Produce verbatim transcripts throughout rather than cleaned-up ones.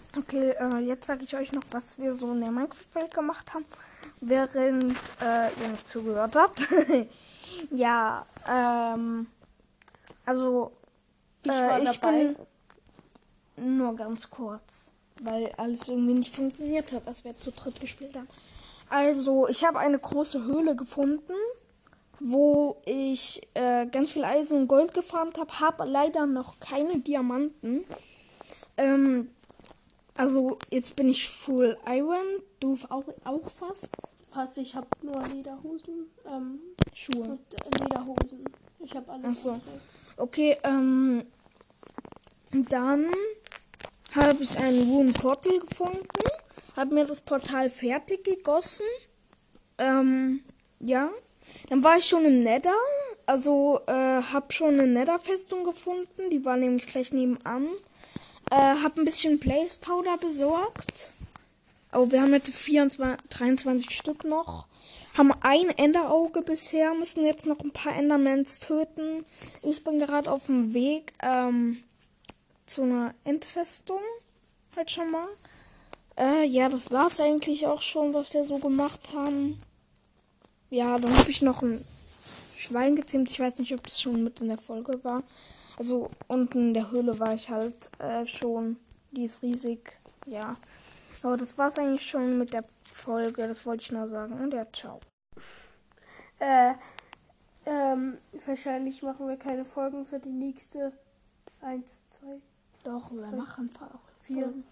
Okay, äh, jetzt sage ich euch noch, was wir so in der Minecraft-Welt gemacht haben, während äh, ihr nicht zugehört habt. Ja, ähm, also Ich äh, war ich dabei. bin nur ganz kurz, weil alles irgendwie nicht funktioniert hat, als wir zu dritt gespielt haben. Also, ich habe eine große Höhle gefunden, wo ich äh, ganz viel Eisen und Gold gefarmt habe, habe leider noch keine Diamanten. Ähm, also, jetzt bin ich Full Iron, du auch, auch fast. Fast, ich habe nur Lederhosen ähm, Schuhe. und äh, Lederhosen. Ich habe alles. Ach so. andere. Okay, ähm, dann habe ich einen Rune Portal gefunden, habe mir das Portal fertig gegossen. Ähm, ja. Dann war ich schon im Nether, also äh, habe schon eine Nether-Festung gefunden, die war nämlich gleich nebenan. Äh, habe ein bisschen Blaze Powder besorgt. Oh, wir haben jetzt vierundzwanzig, dreiundzwanzig Stück noch. Haben ein Enderauge bisher, müssen jetzt noch ein paar Endermans töten. Ich bin gerade auf dem Weg ähm, zu einer Endfestung. Halt schon mal. Äh, ja, das war's eigentlich auch schon, was wir so gemacht haben. Ja, dann habe ich noch ein Schwein gezähmt. Ich weiß nicht, ob das schon mit in der Folge war. Also unten in der Höhle war ich halt äh, schon. Die ist riesig. Ja. Aber das war's eigentlich schon mit der Folge. Das wollte ich nur sagen. Und ja, ciao. Äh, ähm, wahrscheinlich machen wir keine Folgen für die nächste. Eins, zwei, Doch, wir Zwei, machen auch vier. Folgen.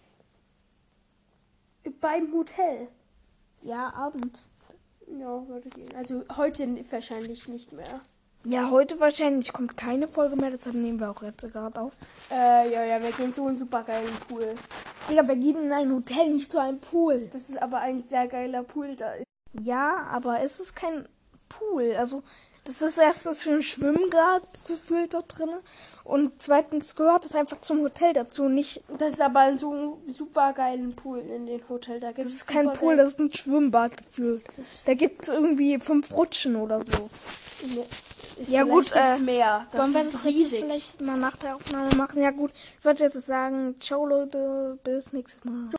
Beim Hotel. Ja, Abend. Ja, würde gehen. Also heute wahrscheinlich nicht mehr. Ja, heute wahrscheinlich kommt keine Folge mehr. Deshalb nehmen wir auch jetzt gerade auf. Äh, ja, ja, wir gehen zu einem super geilen Pool. Digga, wir gehen in ein Hotel, nicht zu einem Pool. Das ist aber ein sehr geiler Pool da. Ja, aber es ist kein Pool. Also, das ist erstens schon ein Schwimmbad gefühlt dort drin. Und zweitens gehört es einfach zum Hotel dazu. Nicht, Das ist aber so ein super geilen Pool in dem Hotel. Da das gibt ist es kein Pool, das ist ein Schwimmbad gefühlt. Da gibt es irgendwie fünf Rutschen oder so. Ja, gut, äh, mehr. Das Wollen wir ist das riesig. jetzt vielleicht mal nach der Aufnahme machen? Ja gut, ich würde jetzt sagen, ciao Leute, bis nächstes Mal.